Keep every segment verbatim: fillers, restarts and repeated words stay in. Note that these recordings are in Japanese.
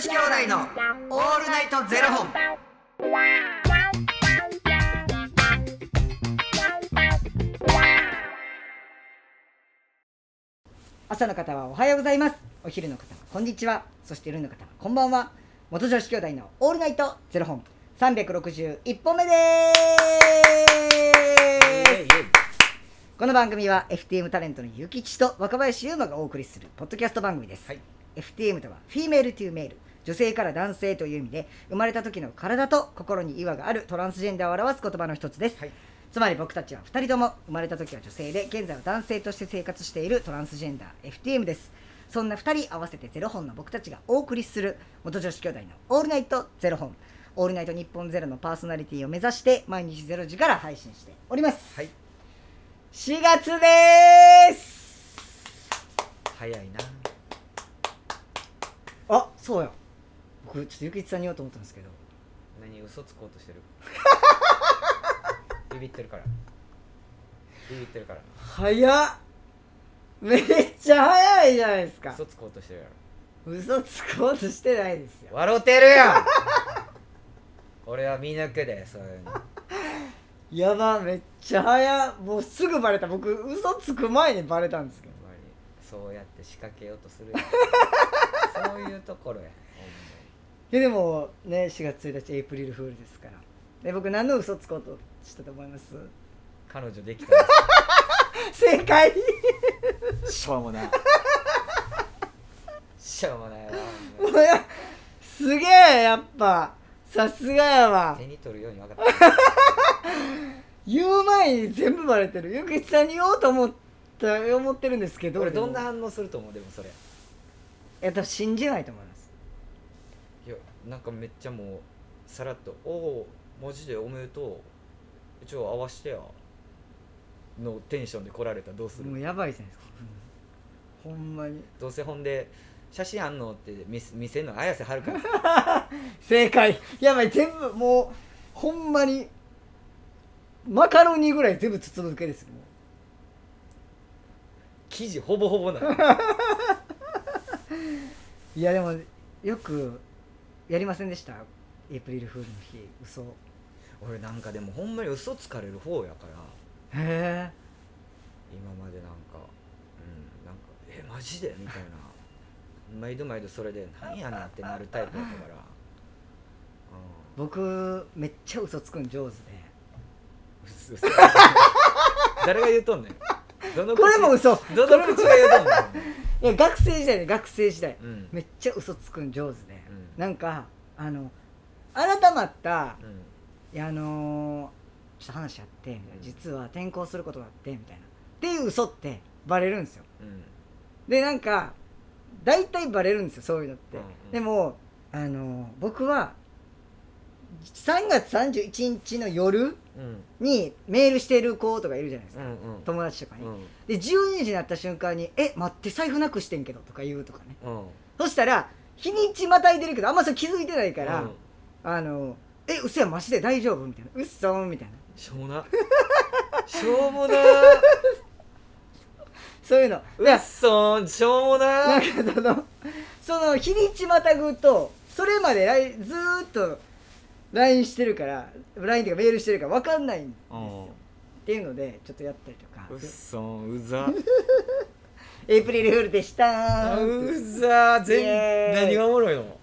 子兄弟のオールナイトゼロ本。 朝の方はおはようございます。お昼の方はこんにちは。そして夜の方はこんばんは。元女子兄弟のオールナイトゼロ本さんびゃくろくじゅういっぽんめです。この番組は エフティーエム タレントのゆきちと若林優馬がお送りするポッドキャスト番組です、はい、エフティーエム とはフィメールトゥーメール、女性から男性という意味で、生まれた時の体と心に違和があるトランスジェンダーを表す言葉の一つです、はい、つまり僕たちはふたりとも生まれた時は女性で現在は男性として生活しているトランスジェンダー エフティーエム です。そんなふたり合わせてゼロ本の僕たちがお送りする元女子兄弟のオールナイトゼロ本、オールナイト日本ゼロのパーソナリティを目指して毎日ゼロ時から配信しております、はい、しがつでーす。 早いなあ、そうや、僕ちょっとゆきちさんに言おうと思ったんですけど、 何嘘つこうとしてるビビってるからビビってるから早っ、めっちゃ早いじゃないですか。 嘘つこうとしてるやろ。嘘つこうとしてないですよ。 笑うてるやん俺は見抜くで、そういうのやば、めっちゃ早っ。もうすぐバレた。僕嘘つく前にバレたんですけど。 そうやって仕掛けようとするそういうところや。 いやでもね、しがつついたちエイプリルフールですから。で、僕何の嘘つこうとしたと思います？ 彼女できた正解しょうもないしょうもないわ。 もうやすげえ、やっぱさすがやわ。 手に取るように分かった言う前に全部バレてる。ゆきちさんに言おうと思った思ってるんですけど、 俺どんな反応すると思う？でもそれ、いや、多分信じないと思います。 いや、なんかめっちゃもうさらっと、おおマジでおめでとう、一応合わしてやのテンションで来られたらどうする？ もうやばいじゃないですか、うん、ほんまに。 どうせほんで写真あんのって見せんの綾瀬はるか正解。やばい、全部もうほんまにマカロニぐらい全部筒抜けですよ。もう生地ほぼほぼないいやでもよくやりませんでした？エイプリルフールの日、嘘。 俺なんかでもほんまに嘘つかれる方やから、 へえ、 今までなんか、うん、なんかえマジでみたいな毎度毎度それでなんやなってなるタイプやったから、 うん、僕めっちゃ嘘つくん上手で。 嘘嘘誰が言うとんねん。どの口これも嘘。 どの口が言うとんねん。 いや、学生時代ね、学生時代、うん、めっちゃ嘘つくん上手で、うん、なんかあの改まった、うん、いやあのー、ちょっと話あって、うん、実は転校することがあってみたいなっていう嘘ってバレるんですよ、うん、でなんか大体バレるんですよ、そういうのって、うんうん、でもあのー、僕はさんがつさんじゅういちにちの夜にメールしてる子とかいるじゃないですか、うんうん、友達とかに、うん、でじゅうにじになった瞬間にえ待って財布なくしてんけどとか言うとかね、うん、そしたら日にちまたいでるけどあんまそれ気づいてないから、うん、あのえ嘘やマジで大丈夫みたいな、うっそーみたいな、 しょうもなしょうもなそういうのうっそーしょうもななんかそのその日にちまたぐとそれまでずーっとライン してるから ライン とかメールしてるから分かんないんですよっていうのでちょっとやったりとか。 うっそーうざエイプリルフールでしたー。 うざー全何がおもろいの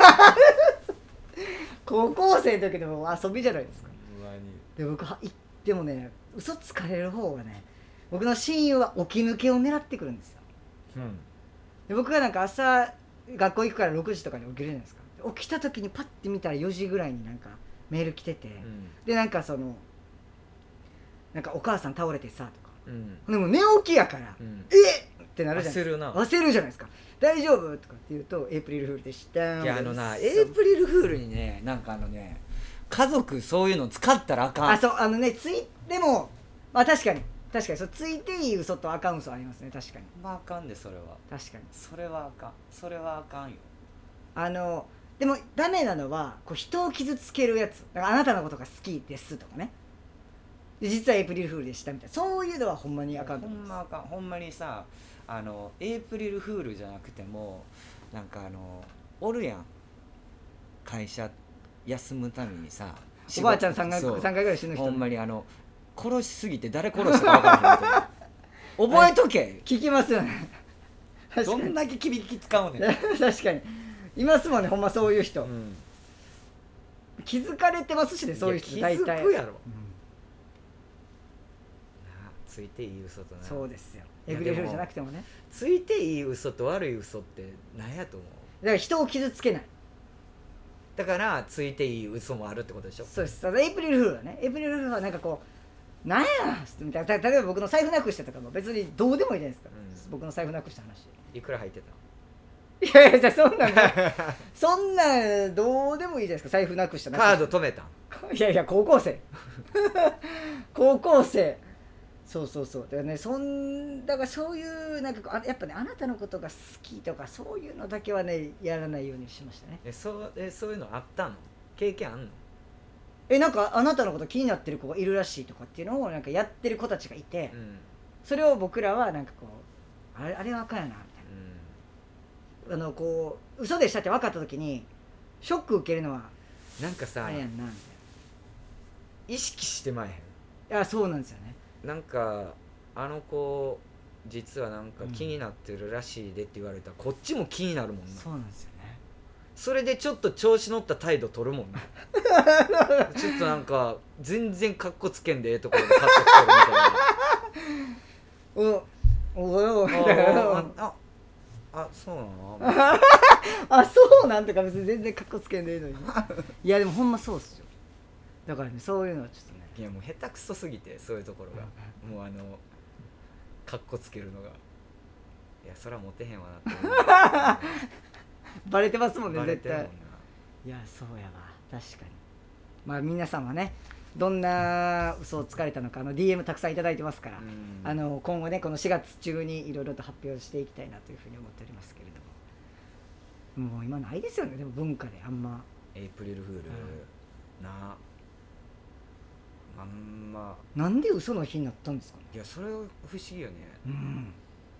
高校生の時でも遊びじゃないですか。で僕は言ってもね、嘘つかれる方がね、僕の親友は起き抜けを狙ってくるんですよ、うん、で僕がなんか朝学校行くからろくじとかに起きるじゃないですか。起きた時にパッて見たらよじぐらいになんかメール来てて、うん、でなんかそのなんかお母さん倒れてさとか、うん、でも寝起きやから、うん、えっってなるじゃないですか。 焦るな焦るじゃないですか。大丈夫とかって言うとエイプリルフールでしたー。 いやあのなエイプリルフールにね、なんかあのね家族そういうの使ったらあかん。 あ、そう、あのね、ついでもまあ確かに確かにそうついていい嘘とあかん嘘ありますね。確かにまああかんで、それは確かにそれはあかんそれはあかんよ。 あのでもダメなのはこう人を傷つけるやつだから、あなたのことが好きですとかね、で実はエイプリルフールでしたみたいな、そういうのはほんまにあかんと思います。 ほんまあかん。ほんまにさ、あのエイプリルフールじゃなくてもなんかあのおるやん、 会社休むためにさおばあちゃんさんかいぐらい死ぬ人ほんまにあの殺しすぎて誰殺したか分からへん覚えとけ聞きますよねどんだけ響き使うねん確かにいますもんねほんまそういう人、 うん、 気づかれてますしねそういう人大体気づくやろ、うん、なついていい嘘となそうですよエブリルじゃなくてもねついていい嘘と悪い嘘って何やと思うだから人を傷つけないだからついていい嘘もあるってことでしょそうですエイプリルフールはねエイプリルフールはなんかこうなんやみたいな例えば僕の財布なくしたとかも別にどうでもいいじゃないですか、うん、僕の財布なくした話いくら入ってたいやいやそんなんそんなんどうでもいいじゃないですか財布なくしたカード止めたいやいや高校生高校生そうそうそうだからねそんだからそういうなんかやっぱねあなたのことが好きとかそういうのだけはねやらないようにしましたねえ そ, えそういうのあったの経験あんのえなんかあなたのこと気になってる子がいるらしいとかっていうのをなんかやってる子たちがいて、うん、それを僕らはなんかこうあれあれはあかんやなみたいな、うん、あのこう嘘でしたって分かった時にショック受けるのはなんかさあれやんなみたいな意識してまえへんいやそうなんですよねなんかあの子実はなんか気になってるらしいでって言われたら、うん、こっちも気になるもんなそうなんですよねそれでちょっと調子乗った態度取るもんなちょっとなんか全然カッコつけんでええところでカッコつけるみたいなおおおああそうなのあそうなんとか別に全然カッコつけんでええのにいやでもほんまそうっすよだからねそういうのはちょっとねいやもう下手くそすぎてそういうところがもうあのカッコつけるのがいやそらモテへんわなって思うバレてますもんねバレてるもんな絶対いやそうやわ確かにまあ皆さんはねどんな嘘をつかれたのかあの ディーエム たくさんいただいてますから、あの今後ねこのしがつ中にいろいろと発表していきたいなというふうに思っておりますけれどももう今ないですよねでも文化であんまエイプリルフール、うん、なあんまなんで嘘の日になったんですかねいやそれは不思議よねうん、うん、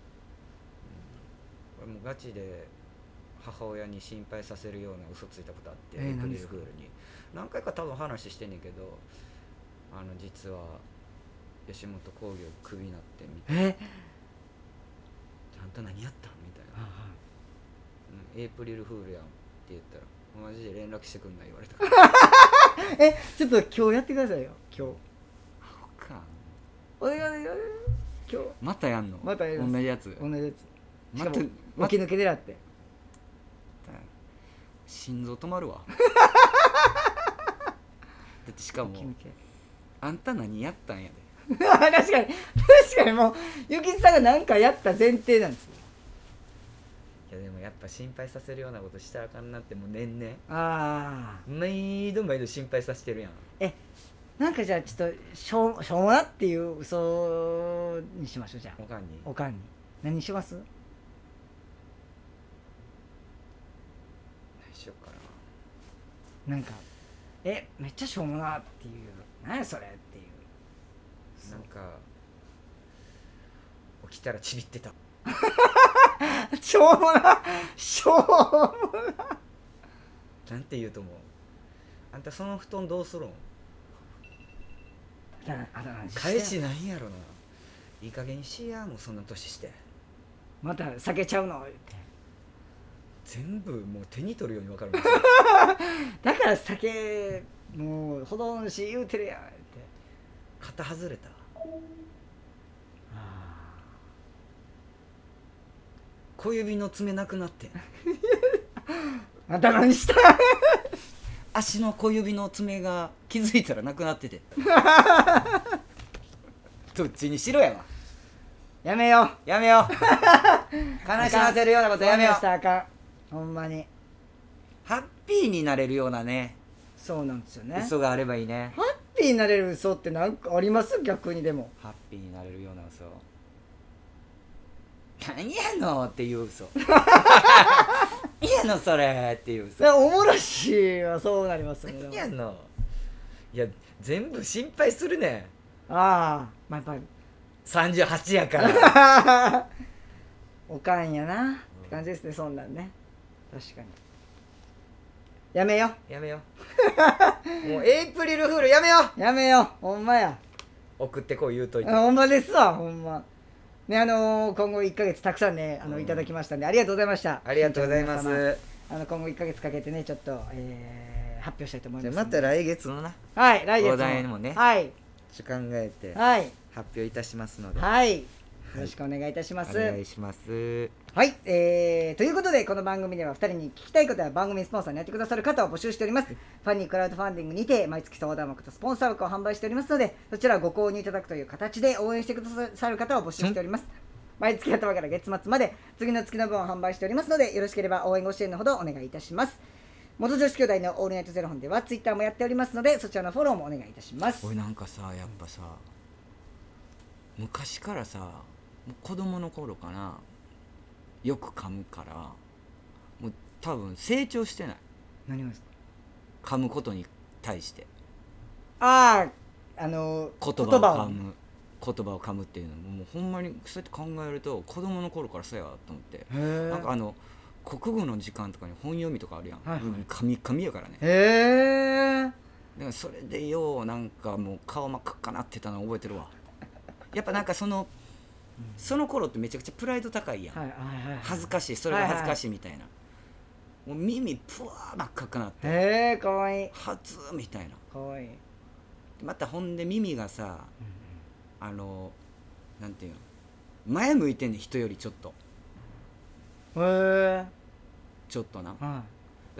俺もガチで母親に心配させるような嘘ついたことあって、 えー、 エイプリルフールに何回か多分話してんねんけどあの実は吉本興業クビになってみたいな、 えあんた何やったんみたいな、うん、エイプリルフールやんって言ったらマジで連絡してくんない言われたからえちょっと今日やってくださいよ今日かお願いお願い今日またやんのまたやります同じやつ同じやつしかもま起き抜け狙って心臓止まるわだってしかもあんた何やったんやで確かに確かにもうゆきさんが何かやった前提なんですよいやでもやっぱ心配させるようなことしたらあかんなってもう年々 ああ毎度毎度心配させてるやんえなんかじゃあちょっとしょうしょうもなっていう嘘にしましょうじゃあおかんにおかんに何にします何しようかななんかえめっちゃしょうもなっていう何やそれっていうなんか起きたらちびってたしょうもなしょうもななんて言うと思うあんたその布団どうするん返しないやろないい加減にしやもうそんな年してまた避けちゃうのって全部もう手に取るように分かるだから酒もうほどんし言うてるやんって肩外れた小指の爪なくなってまた何した足の小指の爪が気づいたらなくなっててどっちにしろやわやめようやめよう悲しませるようなことやめようしたあかんほんまにハッピーになれるようなねそうなんですよね嘘があればいいねハッピーになれる嘘って何かあります逆にでもハッピーになれるような嘘何やのっていう嘘何やのそれっていう嘘おもろしはそうなりますよね何やのいや全部心配するねああまあやっぱりさんじゅうはちやからおかんやなって感じですね、うん、そんなんね確かにやめよやめよもうエイプリルフールやめよやめよほんまや送ってこう言うといて。 ほんまですわほんまね。あのー、今後いっかげつたくさんねあの、うん、いただきましたんでありがとうございました。 ありがとうございます。 あの今後いっかげつかけてねちょっと、えー、発表したいと思います。 じゃあまた来月のなはい来月のお題もねはい考えてはい発表いたしますので、 はい、よろしくお願いいたします。 お願いします。 はい、えー、ということでこの番組ではふたりに聞きたいことや番組スポンサーにやってくださる方を募集しております。ファニークラウドファンディングにて毎月相談枠とスポンサー枠を販売しておりますので、そちらをご購入いただくという形で応援してくださる方を募集しております。毎月頭から月末まで次の月の分を販売しておりますので、よろしければ応援ご支援のほどお願いいたします。元女子兄弟のオールナイトゼロ本ではツイッターもやっておりますので、そちらのフォローもお願いいたします。 俺なんかさやっぱさ昔からさ子供の頃かなよく噛むからもう多分成長してない。 何をですか？ 噛むことに対してあああのー、言葉を噛む言葉を噛むっていうのももうほんまにそうやって考えると子供の頃からそうやと思って、なんかあの国語の時間とかに本読みとかあるやん、はいはい、噛み噛みやからね。 へえ。だからそれでようなんかもう顔真っ赤っかなってたの覚えてるわ。やっぱなんかそのその頃ってめちゃくちゃプライド高いやん、はいはいはい、恥ずかしいそれが恥ずかしいみたいな、はいはい、もう耳プワー真っ赤っかなって、 へえかわいい初みたいなかわいい。 またほんで耳がさ、うん、あのなんていうの前向いてんねん人よりちょっとへえちょっとな、 はい、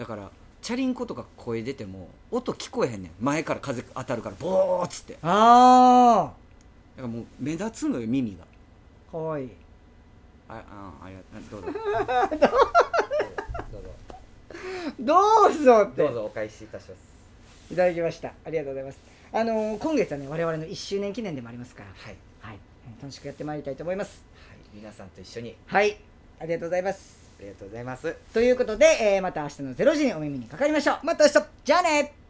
だからチャリンコとか声出ても音聞こえへんねん前から風当たるからボーっつって。 ああだからもう目立つのよ耳が。 かわいい。 ああありがとうどうぞどうぞどうぞってどうぞお返しいたします。 いただきました。ありがとうございます。あのー、今月はね我々のいっしゅうねん記念でもありますから、 はい、 はい、楽しくやってまいりたいと思います。 はい、皆さんと一緒に。 はいありがとうございます。 ありがとうございます。 ということで、えー、また明日のゼロじにお耳にかかりましょう。また明日じゃあね。